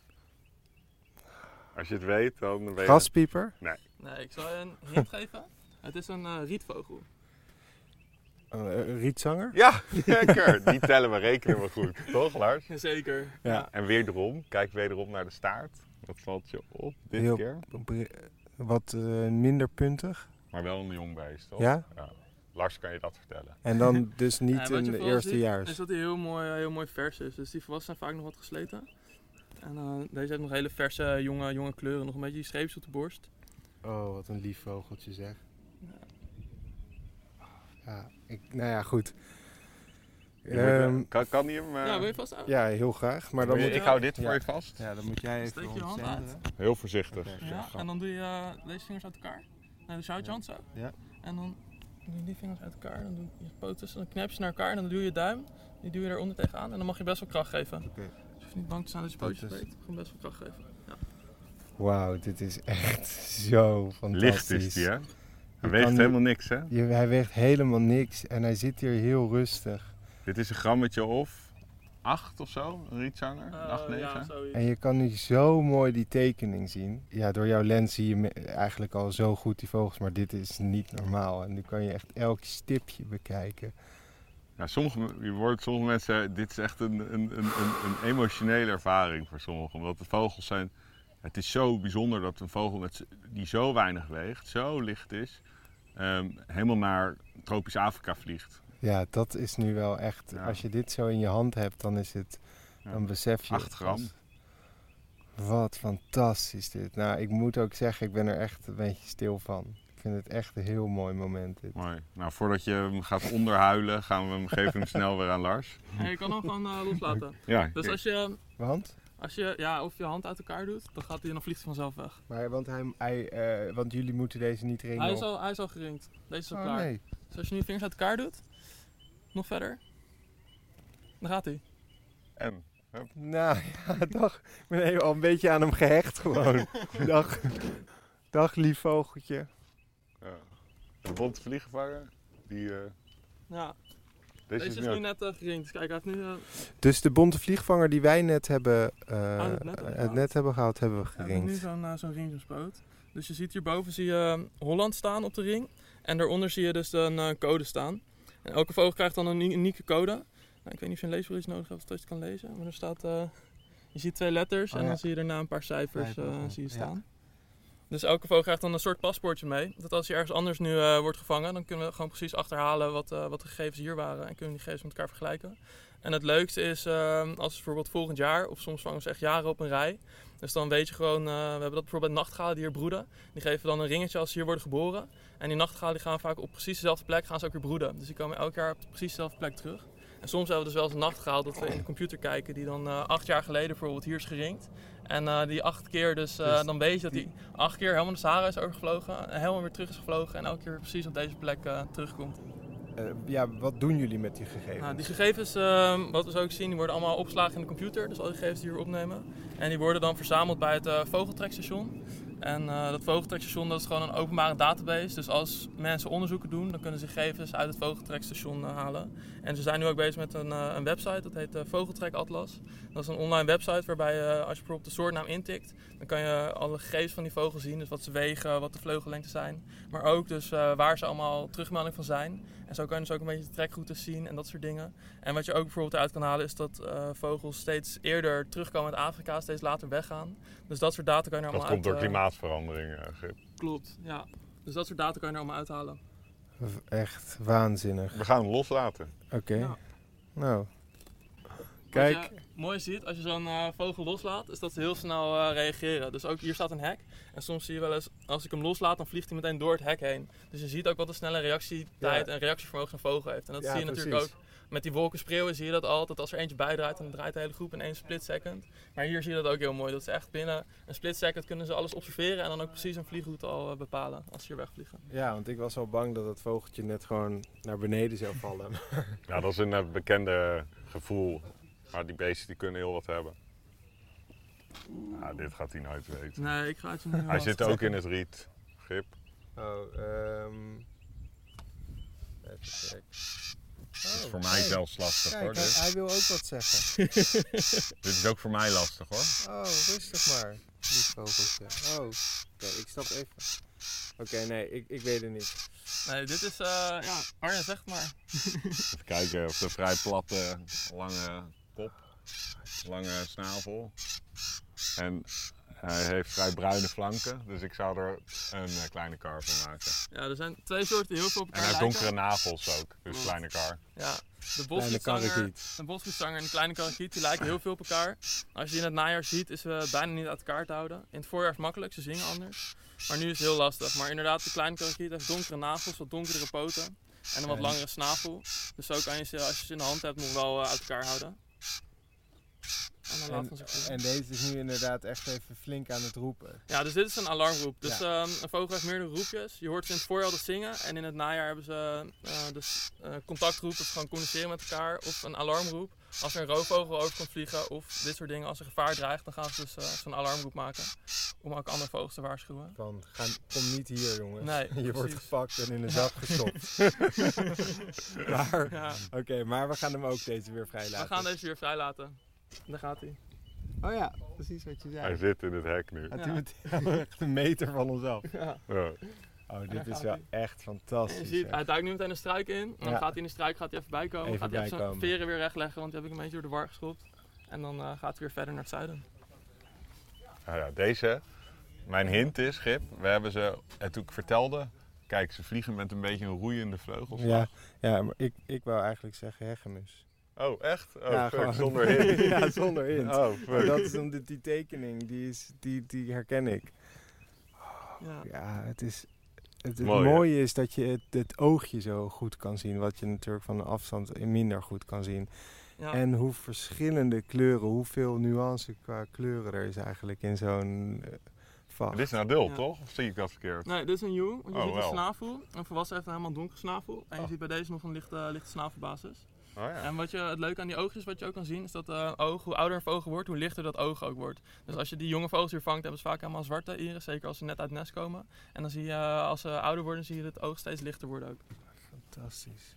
Speaker 2: Als je het weet, dan weet je...
Speaker 3: gaspieper?
Speaker 2: Nee.
Speaker 4: Nee, ik zal je een hint geven. Het is een uh, rietvogel.
Speaker 3: Uh, een rietzanger?
Speaker 2: Ja, lekker. Die tellen we, rekenen we goed. Toch, Lars?
Speaker 4: Jazeker.
Speaker 3: Ja.
Speaker 2: En wederom, kijk wederom naar de staart. Wat valt je op dit
Speaker 3: Heel
Speaker 2: keer?
Speaker 3: bre- wat uh, minder puntig.
Speaker 2: Maar wel een jong beest, toch?
Speaker 3: Ja?
Speaker 2: Ja. Lars, kan je dat vertellen?
Speaker 3: En dan dus niet
Speaker 4: Ja, wat
Speaker 3: in
Speaker 4: je
Speaker 3: de
Speaker 4: vooral ziet,
Speaker 3: eerstejaars.
Speaker 4: is dat hij heel mooi, heel mooi vers is. Dus die volwassenen zijn vaak nog wat gesleten. En uh, deze heeft nog hele verse, jonge, jonge kleuren. Nog een beetje die streepjes op de borst.
Speaker 3: Oh, wat een lief vogeltje zeg. Ja, ik, nou ja, goed.
Speaker 2: Je moet, uh,
Speaker 3: Um,
Speaker 2: kan, kan die hem... Uh...
Speaker 4: Ja, wil je vast uit?
Speaker 3: ja, heel graag. Maar dan
Speaker 2: Wil je-
Speaker 3: moet
Speaker 2: ik
Speaker 4: Ja.
Speaker 2: hou dit
Speaker 3: Ja.
Speaker 2: voor je vast.
Speaker 3: Ja, dan moet jij even
Speaker 4: Steek je hand
Speaker 3: ontzenden.
Speaker 2: Heel voorzichtig.
Speaker 3: Oké.
Speaker 4: Ja,
Speaker 3: grap.
Speaker 4: en dan doe je uh, deze vingers uit elkaar. Nee, dus houd je hand zo.
Speaker 3: Ja.
Speaker 4: En dan doe je die vingers uit elkaar. Dan doe je je poot tussen. Dan knijp je ze naar elkaar. En dan doe je je duim. Die doe je eronder tegenaan. En dan mag je best wel kracht geven.
Speaker 3: Oké.
Speaker 4: Dus je hoeft niet bang te staan dat je pootjes
Speaker 3: Pootjes.
Speaker 4: breekt. Gewoon best wel kracht geven. Ja.
Speaker 3: Wauw, dit is echt zo fantastisch.
Speaker 2: Licht is die, hè? Hij
Speaker 3: Je
Speaker 2: weegt
Speaker 3: kan-
Speaker 2: helemaal niks, hè?
Speaker 3: Je, hij weegt helemaal niks en hij zit hier heel rustig.
Speaker 2: Dit is een grammetje of acht of zo, een rietzanger.
Speaker 4: Uh,
Speaker 2: acht, negen.
Speaker 4: Ja, zoiets.
Speaker 3: En je kan nu zo mooi die tekening zien. Ja, door jouw lens zie je me- eigenlijk al zo goed die vogels, maar dit is niet normaal. En nu kan je echt elk stipje bekijken.
Speaker 2: Ja, sommige, je wordt, sommige mensen, dit is echt een, een, een, een, een emotionele ervaring voor sommigen. Omdat de vogels zijn, het is zo bijzonder dat een vogel met, z- die zo weinig weegt, zo licht is, um, helemaal naar tropisch Afrika vliegt.
Speaker 3: Ja, dat is nu wel echt,
Speaker 2: Ja.
Speaker 3: als je dit zo in je hand hebt, dan is het,
Speaker 2: Ja.
Speaker 3: dan besef je
Speaker 2: acht
Speaker 3: het
Speaker 2: gram.
Speaker 3: pas. Wat fantastisch dit. Nou, ik moet ook zeggen, ik ben er echt een beetje stil van. Ik vind het echt een heel mooi moment dit.
Speaker 2: Mooi. Nou, voordat je hem gaat onderhuilen, gaan we hem, geven we hem snel weer aan Lars.
Speaker 4: En je kan hem gewoon uh, loslaten.
Speaker 2: Ja,
Speaker 4: Dus als je,
Speaker 3: Want?
Speaker 4: als je ja, of je hand uit elkaar doet, dan, gaat hij, dan vliegt hij vanzelf weg.
Speaker 3: Maar, want, hij, hij, eh, want jullie moeten deze niet ringen
Speaker 4: Hij
Speaker 3: op-
Speaker 4: is, al, hij is al geringd. Deze is al
Speaker 3: Oh,
Speaker 4: klaar.
Speaker 3: nee.
Speaker 4: Dus als je nu je vingers uit elkaar doet, nog verder, dan gaat hij.
Speaker 2: en?
Speaker 3: Nou ja, dag. Ik ben even al een beetje aan hem gehecht gewoon. dag. Dag lief vogeltje.
Speaker 2: Ja. De bonte vliegenvanger, die, uh,
Speaker 4: Ja,
Speaker 2: deze,
Speaker 4: deze
Speaker 2: is
Speaker 4: is
Speaker 2: nu
Speaker 4: nu
Speaker 2: ook-
Speaker 4: net uh, geringd. Dus kijk, hij heeft nu... Uh,
Speaker 3: Dus de bonte vliegvanger die wij net hebben, uh,
Speaker 4: Aan het net hebben
Speaker 3: het
Speaker 4: gehaald.
Speaker 3: net hebben gehaald, hebben we
Speaker 4: Hij heeft nu
Speaker 3: geringd.
Speaker 4: zo'n uh, zo'n ring gespoot. Dus je ziet hierboven zie je uh, Holland staan op de ring. En daaronder zie je dus een uh, code staan. En elke vogel krijgt dan een uni- unieke code. Nou, ik weet niet of je een leesbrilletje nodig hebt of dat je het kan lezen. Maar er staat... Uh, je ziet twee letters
Speaker 3: Oh,
Speaker 4: en
Speaker 3: ja.
Speaker 4: dan zie je daarna een paar cijfers
Speaker 3: Cijfers,
Speaker 4: uh,
Speaker 3: ja.
Speaker 4: zie je
Speaker 3: Ja.
Speaker 4: staan. Dus elke vogel krijgt dan een soort paspoortje mee. Dat als hij ergens anders nu uh, wordt gevangen, dan kunnen we gewoon precies achterhalen wat, uh, wat de gegevens hier waren. En kunnen we die gegevens met elkaar vergelijken. En het leukste is, uh, als bijvoorbeeld volgend jaar, of soms vangen ze echt jaren op een rij. Dus dan weet je gewoon, uh, we hebben dat bijvoorbeeld nachtegalen die hier broeden. Die geven dan een ringetje als ze hier worden geboren. En die nachtegalen die gaan vaak op precies dezelfde plek, gaan ze ook weer broeden. Dus die komen elk jaar op precies dezelfde plek terug. En soms hebben we dus wel eens een nachtegaal dat we in de computer kijken die dan uh, acht jaar geleden bijvoorbeeld hier is geringd. En uh, die acht keer dus, uh,
Speaker 3: Dus
Speaker 4: dan weet je dat
Speaker 3: die-
Speaker 4: die acht keer helemaal de Sahara is overgevlogen. En helemaal weer terug is gevlogen en elke keer precies op deze plek uh, terugkomt.
Speaker 3: Uh, ja, wat doen jullie met die gegevens?
Speaker 4: Nou, die gegevens, uh, wat we zo ook zien, die worden allemaal opgeslagen in de computer. Dus al die gegevens die we hier opnemen. En die worden dan verzameld bij het uh, vogeltrekstation. En uh, dat vogeltrekstation dat is gewoon een openbare database. Dus als mensen onderzoeken doen, dan kunnen ze gegevens uit het vogeltrekstation uh, halen. En ze zijn nu ook bezig met een, uh, een website, dat heet uh, Vogeltrekatlas. Dat is een online website waarbij uh, als je bijvoorbeeld de soortnaam intikt, dan kan je alle gegevens van die vogel zien. Dus wat ze wegen, wat de vleugellengte zijn. Maar ook dus uh, waar ze allemaal terugmelding van zijn. En zo kan je dus ook een beetje de trekroutes zien en dat soort dingen. En wat je ook bijvoorbeeld eruit kan halen is dat uh, vogels steeds eerder terugkomen uit Afrika, steeds later weggaan. Dus dat soort data kan je er
Speaker 2: Dat
Speaker 4: allemaal
Speaker 2: komt door
Speaker 4: uit... uh,
Speaker 2: klimaatverandering, uh, Gip.
Speaker 4: Klopt, ja. Dus dat soort data kan je er allemaal uithalen.
Speaker 3: W- Echt waanzinnig.
Speaker 2: We gaan hem loslaten.
Speaker 3: Oké.
Speaker 4: Ja.
Speaker 3: Nou. Kijk.
Speaker 4: Wat je mooi ziet als je zo'n uh, vogel loslaat, is dat ze heel snel uh, reageren. Dus ook hier staat een hek. En soms zie je wel eens, als ik hem loslaat, dan vliegt hij meteen door het hek heen. Dus je ziet ook wat een snelle reactietijd
Speaker 3: Ja.
Speaker 4: en reactievermogen zo'n vogel heeft. En dat
Speaker 3: Ja,
Speaker 4: zie je natuurlijk
Speaker 3: precies.
Speaker 4: ook met die wolkenspreeuwen. Zie je dat altijd. Als er eentje bijdraait, dan draait de hele groep in één split second. Maar hier zie je dat ook heel mooi. Dat ze echt binnen een split second kunnen ze alles observeren en dan ook precies een vliegroute al uh, bepalen als ze hier wegvliegen.
Speaker 3: Ja, want ik was al bang dat het vogeltje net gewoon naar beneden zou vallen.
Speaker 2: Ja, dat is een uh, bekende gevoel. Maar die beesten die kunnen heel wat hebben. Ja, dit gaat hij nooit weten.
Speaker 4: Nee, ik ga het je nu
Speaker 2: Hij zit ook in het riet, Gip.
Speaker 3: Oh, ehm... Even kijken.
Speaker 2: Dat is
Speaker 3: Oh,
Speaker 2: voor mij
Speaker 3: kijk.
Speaker 2: zelfs lastig hoor.
Speaker 3: Kijk, hij,
Speaker 2: Dit.
Speaker 3: hij wil ook wat zeggen.
Speaker 2: Dit is ook voor mij lastig hoor.
Speaker 3: Oh, rustig maar. Lief vogeltje. Oh, oké, ik stap even. Oké, nee, ik, ik weet het niet.
Speaker 4: Nee, dit is, uh, ja, Arjen zegt maar.
Speaker 2: Even kijken of de vrij platte, lange kop, lange snavel. En hij heeft vrij bruine flanken, dus ik zou er een uh, kleine kar van maken.
Speaker 4: Ja, er zijn twee soorten die heel veel op
Speaker 2: En
Speaker 4: elkaar
Speaker 2: hij heeft
Speaker 4: lijken.
Speaker 2: donkere nagels ook, dus
Speaker 4: Klopt.
Speaker 2: kleine kar.
Speaker 4: Ja, de
Speaker 3: Kleine
Speaker 4: bosvoetzanger,
Speaker 3: karrekiet.
Speaker 4: de bosvoetzanger en de kleine karakiet die lijken heel veel op elkaar. Als je die in het najaar ziet, is ze bijna niet uit elkaar te houden. In het voorjaar is het makkelijk, ze zingen anders. Maar nu is het heel lastig. Maar inderdaad, de kleine karakiet heeft donkere nagels, wat donkere poten en een wat
Speaker 3: En-
Speaker 4: langere snavel. Dus zo kan je ze, als je ze in de hand hebt, nog wel uh, uit elkaar houden. En dan laten we ze groeien.
Speaker 3: En deze is nu inderdaad echt even flink aan het roepen.
Speaker 4: Ja, dus dit is een alarmroep. Dus
Speaker 3: Ja.
Speaker 4: um, een vogel heeft meerdere roepjes. Je hoort ze in het voorjaar altijd zingen. En in het najaar hebben ze uh, dus uh, contactroep, dat ze gewoon communiceren met elkaar. Of een alarmroep. Als er een roofvogel over komt vliegen of dit soort dingen. Als er gevaar dreigt, dan gaan ze dus uh, zo'n alarmroep maken. Om ook andere vogels te waarschuwen.
Speaker 3: Van, ga, kom niet hier jongens.
Speaker 4: Nee,
Speaker 3: je
Speaker 4: precies.
Speaker 3: wordt gepakt en in een zak gestopt. maar,
Speaker 4: Ja.
Speaker 3: Oké, okay, maar we gaan hem ook deze weer vrijlaten.
Speaker 4: We gaan deze weer vrijlaten. Daar gaat hij.
Speaker 3: Oh ja, precies wat je zei.
Speaker 2: Hij zit in het hek nu.
Speaker 3: Had
Speaker 4: Ja.
Speaker 3: hij meteen echt een meter van ons af.
Speaker 4: Ja.
Speaker 2: Ja.
Speaker 3: Oh, dit
Speaker 4: daar
Speaker 3: is
Speaker 4: gaat
Speaker 3: wel
Speaker 4: hij.
Speaker 3: echt
Speaker 4: En
Speaker 3: fantastisch.
Speaker 4: je ziet,
Speaker 3: hè.
Speaker 4: hij duikt nu meteen een struik in. En dan
Speaker 3: Ja.
Speaker 4: gaat hij in de struik gaat hij even bijkomen.
Speaker 3: Even
Speaker 4: gaat hij even zijn
Speaker 3: bijkomen.
Speaker 4: veren weer rechtleggen, want die heb ik een beetje door de war geschopt. En dan uh, gaat hij weer verder naar het zuiden.
Speaker 2: Nou ja, deze, mijn hint is, Gip, we hebben ze, en toen ik vertelde, kijk, ze vliegen met een beetje een roeiende vleugels.
Speaker 3: Ja, ja, maar ik, ik wou eigenlijk zeggen hegemus.
Speaker 2: Oh, echt? Oh,
Speaker 3: ja,
Speaker 2: fuck,
Speaker 3: gewoon.
Speaker 2: zonder hint.
Speaker 3: ja, zonder hint.
Speaker 2: Oh,
Speaker 3: Maar
Speaker 2: fuck.
Speaker 3: dat is omdat die tekening, die, is, die, die herken ik.
Speaker 4: Ja.
Speaker 3: Ja, het is... Het, het
Speaker 2: Mooi, hè?
Speaker 3: mooie is dat je het, het oogje zo goed kan zien, wat je natuurlijk van een afstand minder goed kan zien.
Speaker 4: Ja.
Speaker 3: En hoe verschillende kleuren, hoeveel nuance qua kleuren er is eigenlijk in zo'n uh, vacht.
Speaker 2: Dit is een adult,
Speaker 4: Ja.
Speaker 2: toch? Of zie ik dat verkeerd?
Speaker 4: Nee, dit is een jong. Want je
Speaker 2: Oh,
Speaker 4: ziet een
Speaker 2: wel.
Speaker 4: snavel. Een volwassen heeft een helemaal donker snavel. En je
Speaker 2: Oh.
Speaker 4: ziet bij deze nog een lichte, lichte snavelbasis.
Speaker 2: Oh ja.
Speaker 4: En wat je, het leuke aan die oogjes, wat je ook kan zien, is dat uh, oog, hoe ouder een vogel wordt, hoe lichter dat oog ook wordt. Dus als je die jonge vogels hier vangt, hebben ze vaak helemaal zwarte iris. Zeker als ze net uit het nest komen. En dan zie je, uh, als ze ouder worden, zie je het oog steeds lichter worden ook.
Speaker 3: Fantastisch.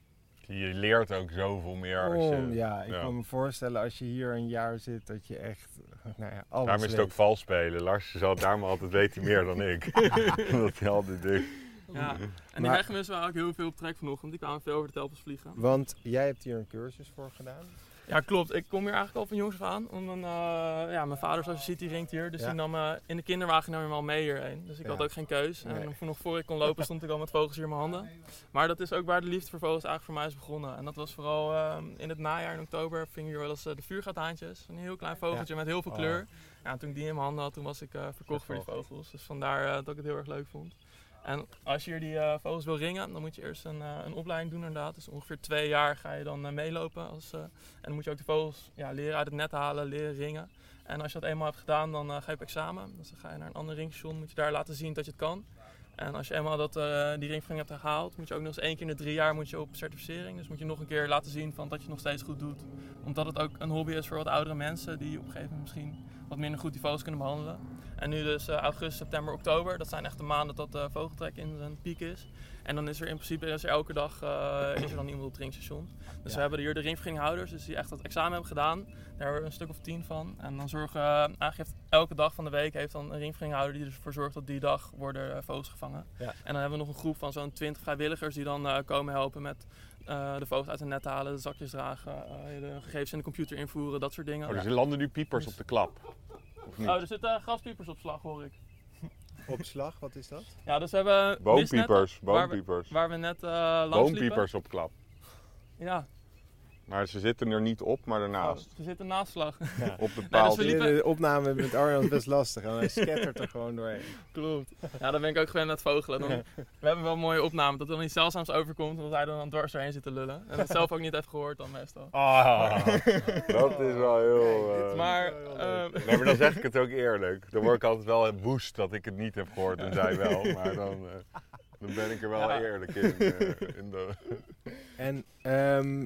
Speaker 2: Je leert ook zoveel meer als je...
Speaker 3: Oh, ja, ik
Speaker 2: ja.
Speaker 3: kan me voorstellen als je hier een jaar zit, dat je echt, nou ja, alles
Speaker 2: Daarom is het ook
Speaker 3: weet.
Speaker 2: vals spelen. Lars zal het daarom altijd weet hij meer dan ik. Dat hij altijd denkt.
Speaker 4: Ja. En die
Speaker 3: Maar-
Speaker 4: hegemus waren ook heel veel op trek vanochtend. Die kwamen veel over de telpels vliegen.
Speaker 3: Want jij hebt hier een cursus voor gedaan.
Speaker 4: Ja, klopt. Ik kom hier eigenlijk al van jongs af aan. Om een, uh, ja, mijn vader, zoals je ziet, die ringt hier. Dus
Speaker 3: Ja.
Speaker 4: die nam me in de kinderwagen nam je me al mee hierheen. Dus ik
Speaker 3: Ja.
Speaker 4: had ook geen keus.
Speaker 3: Nee.
Speaker 4: En nog voor ik kon lopen stond ik al met vogels hier in mijn handen. Maar dat is ook waar de liefde voor vogels eigenlijk voor mij is begonnen. En dat was vooral uh, in het najaar, in oktober, vingen hier wel eens uh, de vuurgaathaantjes. Een heel klein vogeltje met heel veel
Speaker 3: Oh.
Speaker 4: kleur. Ja, en toen ik die in mijn handen had, toen was ik uh, verkocht voor die vogels. Dus vandaar uh, dat ik het heel erg leuk vond. En als je hier die uh, vogels wil ringen, dan moet je eerst een, uh, een opleiding doen inderdaad. Dus ongeveer twee jaar ga je dan uh, meelopen. Als, uh, en dan moet je ook de vogels ja, leren uit het net halen, leren ringen. En als je dat eenmaal hebt gedaan, dan uh, ga je op examen. Dus dan ga je naar een ander ringstation, moet je daar laten zien dat je het kan. En als je eenmaal dat, uh, die ringvorming hebt gehaald, moet je ook nog eens één keer in de drie jaar moet je op certificering. Dus moet je nog een keer laten zien van dat je het nog steeds goed doet. Omdat het ook een hobby is voor wat oudere mensen die op een gegeven moment misschien wat minder goed die vogels kunnen behandelen. En nu dus uh, augustus, september, oktober, dat zijn echt de maanden dat de vogeltrek in zijn piek is. En dan is er in principe is er elke dag uh, is er dan iemand op het ringstation. Dus
Speaker 3: Ja.
Speaker 4: we hebben hier de ringverginghouders, dus die echt dat examen hebben gedaan. Daar hebben we een stuk of tien van. En dan zorgen, uh, eigenlijk heeft elke dag van de week heeft dan een ringverginghouder die ervoor zorgt dat die dag worden uh, vogels gevangen.
Speaker 3: Ja.
Speaker 4: En dan hebben we nog een groep van zo'n twintig vrijwilligers die dan uh, komen helpen met uh, de vogels uit het net halen, de zakjes dragen, uh, de gegevens in de computer invoeren, dat soort dingen.
Speaker 2: Oh, dus er landen nu piepers op de klap. Of niet?
Speaker 4: Oh, er zitten uh, graspiepers op slag, hoor ik.
Speaker 3: Opslag, wat is dat?
Speaker 4: Ja, dus we hebben
Speaker 2: Boompiepers,
Speaker 4: mistnetten waar we-
Speaker 2: boompiepers.
Speaker 4: Waar we net uh, langs liepen.
Speaker 2: Boompiepers op klap.
Speaker 4: Ja,
Speaker 2: Maar ze zitten er niet op, maar ernaast.
Speaker 4: oh, ze zitten naast slag.
Speaker 2: Op de
Speaker 4: dus
Speaker 2: paal.
Speaker 4: we liepen-
Speaker 3: De opname met Arjan is best lastig en hij scattert er gewoon doorheen.
Speaker 4: Klopt. Ja, dan ben ik ook gewend met vogelen. Dan, we hebben wel een mooie opname dat er dan iets zeldzaams overkomt, omdat hij er dan dwars doorheen zit te lullen. En dat zelf ook niet heeft gehoord dan meestal.
Speaker 2: Ah, dat is wel heel...
Speaker 3: Kijk, dit
Speaker 2: eh,
Speaker 4: Maar,
Speaker 3: wel heel
Speaker 4: ehm,
Speaker 2: Nee, maar dan zeg ik het ook eerlijk. Dan word ik altijd wel woest dat ik het niet heb gehoord en zij wel. Maar dan, eh, dan ben ik er wel
Speaker 4: Ja.
Speaker 2: eerlijk in. eh, in de...
Speaker 3: En ehm,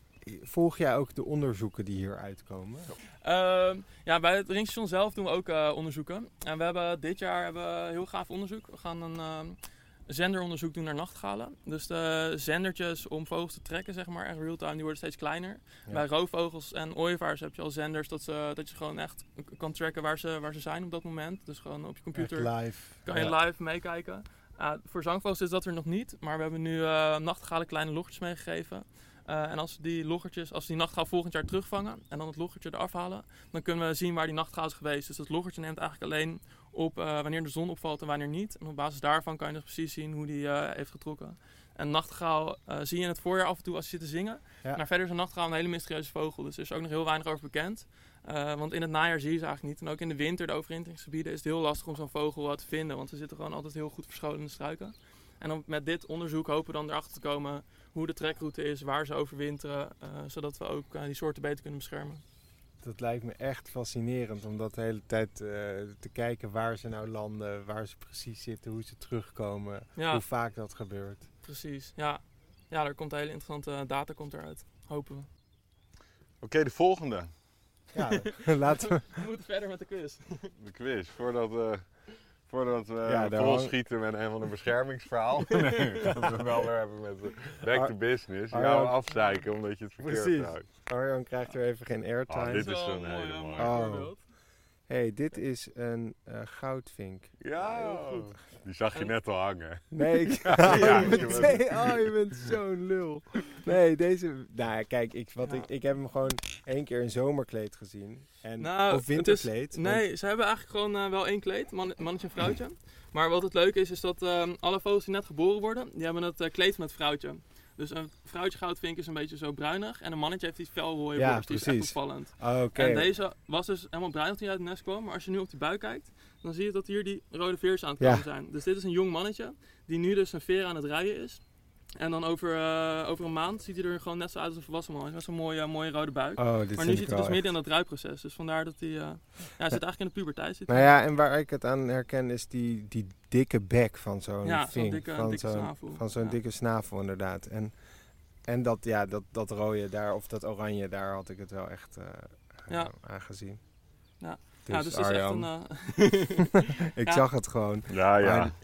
Speaker 3: volg jij ook de onderzoeken die hier uitkomen?
Speaker 4: Ehm, ja, bij het ringstation zelf doen we ook uh, onderzoeken. En we hebben dit jaar hebben we heel gaaf onderzoek. We gaan een ehm, zenderonderzoek doen naar nachtegalen. Dus de zendertjes om vogels te trekken, zeg maar, echt real-time, die worden steeds kleiner.
Speaker 3: Ja.
Speaker 4: Bij roofvogels en ooievaars heb je al zenders dat, ze, dat je gewoon echt kan tracken waar ze, waar ze zijn op dat moment. Dus gewoon op je computer
Speaker 3: Echt live.
Speaker 4: kan je
Speaker 3: Ja.
Speaker 4: live meekijken. Uh, voor zangvogels is dat er nog niet, maar we hebben nu uh, nachtegalen kleine loggertjes meegegeven. Uh, en als die loggertjes, als die nachtegaal volgend jaar terugvangen en dan het loggertje eraf halen, dan kunnen we zien waar die nachtegaal is geweest. Dus dat loggertje neemt eigenlijk alleen op uh, wanneer de zon opvalt en wanneer niet. En op basis daarvan kan je dus precies zien hoe die uh, heeft getrokken. En nachtegaal uh, zie je in het voorjaar af en toe als je zit te zingen.
Speaker 3: Ja.
Speaker 4: Maar verder is een nachtegaal een hele mysterieuze vogel, dus er is ook nog heel weinig over bekend. Uh, want in het najaar zie je ze eigenlijk niet. En ook in de winter, de overwinteringsgebieden, is het heel lastig om zo'n vogel uh, te vinden. Want ze zitten gewoon altijd heel goed verscholen in de struiken. En dan met dit onderzoek hopen we dan erachter te komen hoe de trekroute is, waar ze overwinteren. Uh, zodat we ook uh, die soorten beter kunnen beschermen.
Speaker 3: dat lijkt me echt fascinerend om dat de hele tijd uh, te kijken waar ze nou landen, waar ze precies zitten, hoe ze terugkomen,
Speaker 4: Ja.
Speaker 3: hoe vaak dat gebeurt.
Speaker 4: Precies, ja. Ja, er komt hele interessante data komt eruit. Hopen we.
Speaker 2: Oké, okay, de volgende.
Speaker 3: Ja, laten we...
Speaker 4: We moeten verder met de quiz.
Speaker 2: De quiz, voordat we, voordat we
Speaker 3: Ja, daar
Speaker 2: vol
Speaker 3: hang-
Speaker 2: schieten met een van een beschermingsverhaal. Nee, dat we wel weer hebben met de back
Speaker 3: Ar-
Speaker 2: to business.
Speaker 3: Arjan-
Speaker 2: Jou afzeiken omdat je het verkeerd
Speaker 3: Precies.
Speaker 2: houdt.
Speaker 3: Arjan krijgt er even geen airtime.
Speaker 2: Oh, dit
Speaker 4: Dat
Speaker 2: is
Speaker 4: wel
Speaker 2: zo'n
Speaker 4: mooi,
Speaker 2: hele
Speaker 4: hè,
Speaker 2: mooie.
Speaker 4: mooi
Speaker 3: Oh.
Speaker 4: voorbeeld.
Speaker 3: hey, dit is een uh, goudvink.
Speaker 2: Ja,
Speaker 3: heel goed.
Speaker 2: die zag je net al hangen.
Speaker 3: Nee, ik...
Speaker 2: Ja,
Speaker 3: oh,
Speaker 2: ja,
Speaker 3: je
Speaker 2: je
Speaker 3: bent,
Speaker 2: bent-
Speaker 3: oh, je bent zo'n lul. Nee, deze... Nou, kijk, ik, wat
Speaker 4: Ja.
Speaker 3: ik, ik heb hem gewoon één keer in zomerkleed gezien. En,
Speaker 4: Nou,
Speaker 3: of winterkleed.
Speaker 4: het is- nee, ze hebben eigenlijk gewoon uh, wel één kleed, man, mannetje en vrouwtje. Maar wat het leuke is, is dat uh, alle vogels die net geboren worden, die hebben het uh, kleed van het vrouwtje. Dus een vrouwtje goudvink is een beetje zo bruinig en een mannetje heeft die felrode
Speaker 3: Ja,
Speaker 4: borst. Die is
Speaker 3: precies.
Speaker 4: echt opvallend.
Speaker 3: Oh, oké.
Speaker 4: En deze was dus helemaal bruinig toen hij uit het nest kwam. Maar als je nu op die buik kijkt, dan zie je dat hier die rode veers aan het komen
Speaker 3: Ja.
Speaker 4: zijn. Dus dit is een jong mannetje die nu dus een veer aan het rijden is. En dan over, uh, over een maand ziet hij er gewoon net zo uit als een volwassen man. Met zo'n mooie, mooie rode buik.
Speaker 3: Oh, dit
Speaker 4: maar
Speaker 3: vind
Speaker 4: nu
Speaker 3: ik
Speaker 4: zit hij
Speaker 3: wel
Speaker 4: dus midden
Speaker 3: echt-
Speaker 4: in dat rijproces. Dus vandaar dat hij... Uh, ja, hij zit eigenlijk in de puberteit. Zit
Speaker 3: Nou
Speaker 4: hij.
Speaker 3: ja, en waar ik het aan herken is die, die dikke bek van zo'n
Speaker 4: Ja, zo'n
Speaker 3: vink.
Speaker 4: dikke-
Speaker 3: van
Speaker 4: dikke
Speaker 3: zo'n,
Speaker 4: snavel.
Speaker 3: Van zo'n
Speaker 4: Ja.
Speaker 3: dikke snavel inderdaad. En, en dat, ja, dat, dat rode daar, of dat oranje, daar had ik het wel echt uh,
Speaker 4: Ja.
Speaker 3: aan gezien.
Speaker 4: Ja.
Speaker 3: Dus,
Speaker 4: ja, dus het is echt
Speaker 3: Arjan,
Speaker 4: een, uh,
Speaker 3: ik
Speaker 4: ja.
Speaker 3: zag het gewoon.
Speaker 2: Ja, ja.
Speaker 3: Maar-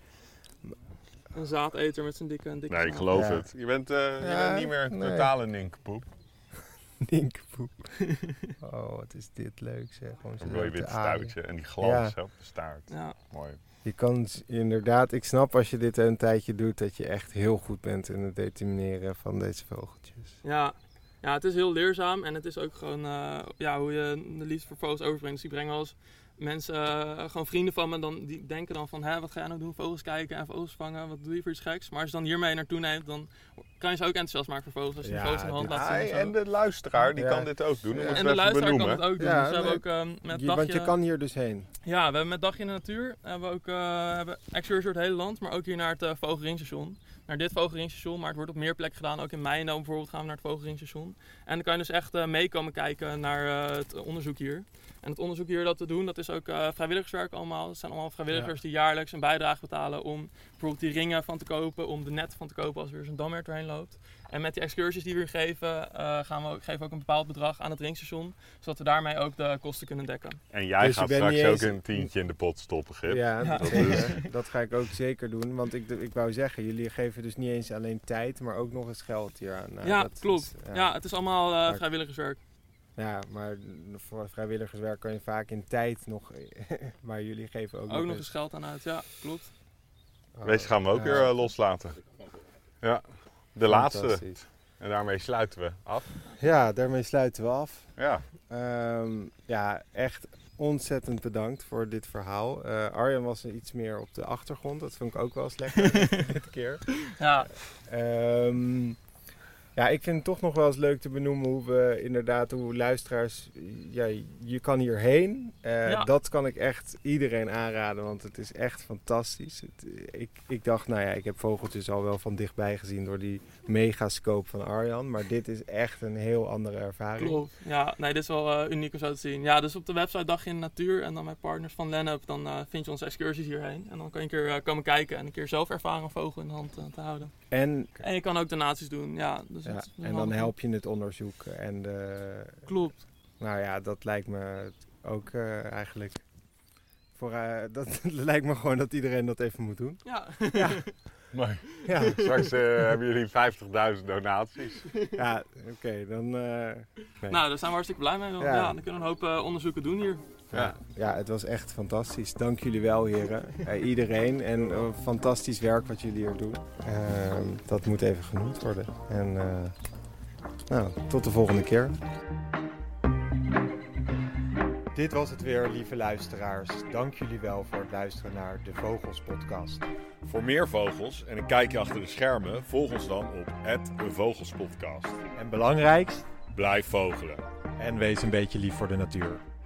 Speaker 4: een zaadeter met zijn dikke, dikke
Speaker 2: Nee, ik
Speaker 4: snavel.
Speaker 2: geloof
Speaker 3: Ja.
Speaker 2: het. Je bent, uh, je
Speaker 3: Ja,
Speaker 2: bent niet meer een
Speaker 3: nee.
Speaker 2: totale ninkpoep.
Speaker 3: Dinkpoep. Oh, wat is dit leuk zeg. Gewoon
Speaker 2: Een
Speaker 3: zo
Speaker 2: mooi
Speaker 3: te
Speaker 2: wit
Speaker 3: aaien.
Speaker 2: stuitje en die glans op de staart.
Speaker 4: Ja.
Speaker 2: Mooi.
Speaker 3: Je kan s- inderdaad, ik snap als je dit een tijdje doet, dat je echt heel goed bent in het determineren van deze vogeltjes.
Speaker 4: Ja. ja, het is heel leerzaam en het is ook gewoon uh, ja, hoe je de liefde voor vogels overbrengt. Dus ik breng wel eens mensen, uh, gewoon vrienden van me, dan, die denken dan van, hè, wat ga jij nou doen? Vogels kijken en vogels vangen, wat doe je voor iets geks? Maar als je dan hiermee naartoe neemt, dan kan je ze ook enthousiast maken voor vogels. Als je
Speaker 3: Ja,
Speaker 4: de vogels in de hand
Speaker 3: dit-
Speaker 4: laat zien.
Speaker 2: Ah,
Speaker 4: en zo.
Speaker 2: en de luisteraar, die
Speaker 3: Ja.
Speaker 2: kan dit ook doen. Dat
Speaker 3: Ja.
Speaker 2: moeten
Speaker 4: En
Speaker 2: we
Speaker 4: de
Speaker 2: even
Speaker 4: luisteraar kan
Speaker 2: benoemen.
Speaker 4: het ook doen.
Speaker 3: Ja,
Speaker 4: dus we hebben
Speaker 3: nee.
Speaker 4: ook um, met
Speaker 3: Je,
Speaker 4: dagje...
Speaker 3: want je kan hier dus heen.
Speaker 4: Ja, we hebben met Dagje in de Natuur hebben we ook uh, hebben excursies door het hele land, maar ook hier naar het uh, Vogelringstation. Naar dit Vogelringstation, maar het wordt op meer plekken gedaan. Ook in Meijendam bijvoorbeeld gaan we naar het Vogelringstation. En dan kan je dus echt uh, meekomen kijken naar uh, het onderzoek hier. En het onderzoek hier dat we doen, dat is ook uh, vrijwilligerswerk allemaal. Het zijn allemaal vrijwilligers
Speaker 3: Ja.
Speaker 4: die jaarlijks een bijdrage betalen om bijvoorbeeld die ringen van te kopen, om de net van te kopen als er weer zo'n dam er doorheen loopt. En met die excursies die we hier geven, uh, gaan we ook, geven we ook een bepaald bedrag aan het ringstation, zodat we daarmee ook de kosten kunnen dekken.
Speaker 2: En jij
Speaker 3: Dus je
Speaker 2: gaat
Speaker 3: bent
Speaker 2: straks
Speaker 3: niet
Speaker 2: ook
Speaker 3: eens-
Speaker 2: een tientje in de pot stoppen, Gip.
Speaker 3: Ja,
Speaker 4: Ja.
Speaker 3: dat, zeker. Dat ga ik ook zeker doen. Want ik, ik wou zeggen, jullie geven dus niet eens alleen tijd, maar ook nog eens geld hier aan. Nou,
Speaker 4: ja,
Speaker 3: dat
Speaker 4: klopt.
Speaker 3: is,
Speaker 4: ja.
Speaker 3: ja.
Speaker 4: het is allemaal uh,
Speaker 3: Maar-
Speaker 4: vrijwilligerswerk.
Speaker 3: Ja, maar voor vrijwilligerswerk kan je vaak in tijd nog... maar jullie geven ook,
Speaker 4: Ook
Speaker 3: nog
Speaker 4: nog eens geld aan uit, ja, klopt.
Speaker 3: Oh,
Speaker 2: Deze gaan we ook
Speaker 3: ja.
Speaker 2: weer uh, loslaten. Ja, de laatste.
Speaker 3: Fantastisch.
Speaker 2: En daarmee sluiten we af.
Speaker 3: Ja, daarmee sluiten we af.
Speaker 2: Ja,
Speaker 3: Ehm, ja, echt ontzettend bedankt voor dit verhaal. Uh, Arjan was er iets meer op de achtergrond. Dat vond ik ook wel eens lekker dit keer.
Speaker 4: Ja,
Speaker 3: Ehm, ja, ik vind het toch nog wel eens leuk te benoemen hoe we inderdaad, hoe luisteraars, ja, je kan hierheen. Uh,
Speaker 4: Ja.
Speaker 3: Dat kan ik echt iedereen aanraden, want het is echt fantastisch. Het, ik, ik dacht, nou ja, ik heb vogeltjes al wel van dichtbij gezien door die megascope van Arjan. Maar dit is echt een heel andere ervaring.
Speaker 4: klopt. Ja, nee, dit is wel uh, uniek om zo te zien. Ja, dus op de website Dagje in de Natuur en dan met partners van Lennep, dan uh, vind je onze excursies hierheen. En dan kan je een keer uh, komen kijken en een keer zelf ervaren een vogel in de hand uh, te houden.
Speaker 3: En,
Speaker 4: En je kan ook donaties doen, ja. Dus
Speaker 3: ja,
Speaker 4: dat is wel
Speaker 3: en dan
Speaker 4: handig.
Speaker 3: help je het onderzoek. En de,
Speaker 4: Klopt.
Speaker 3: nou ja, dat lijkt me ook uh, eigenlijk... Voor, uh, dat lijkt me gewoon dat iedereen dat even moet doen.
Speaker 4: Ja.
Speaker 3: Ja.
Speaker 2: maar
Speaker 3: Ja,
Speaker 2: straks uh, hebben jullie vijftigduizend donaties.
Speaker 3: ja oké, okay, dan... Uh, nee.
Speaker 4: Nou, daar zijn we hartstikke blij mee. Want,
Speaker 3: Ja.
Speaker 4: ja. dan kunnen we een hoop uh, onderzoeken doen hier.
Speaker 3: Ja, ja, het was echt fantastisch. Dank jullie wel, heren. Uh, iedereen. En uh, fantastisch werk wat jullie hier doen. Uh, dat moet even genoemd worden. En uh, nou, tot de volgende keer. Dit was het weer, lieve luisteraars. Dank jullie wel voor het luisteren naar de Vogels podcast.
Speaker 2: Voor meer vogels en een kijkje achter de schermen, volg ons dan op at vogelspodcast.
Speaker 3: En belangrijkst,
Speaker 2: Blijf vogelen.
Speaker 3: en wees een beetje lief voor de natuur.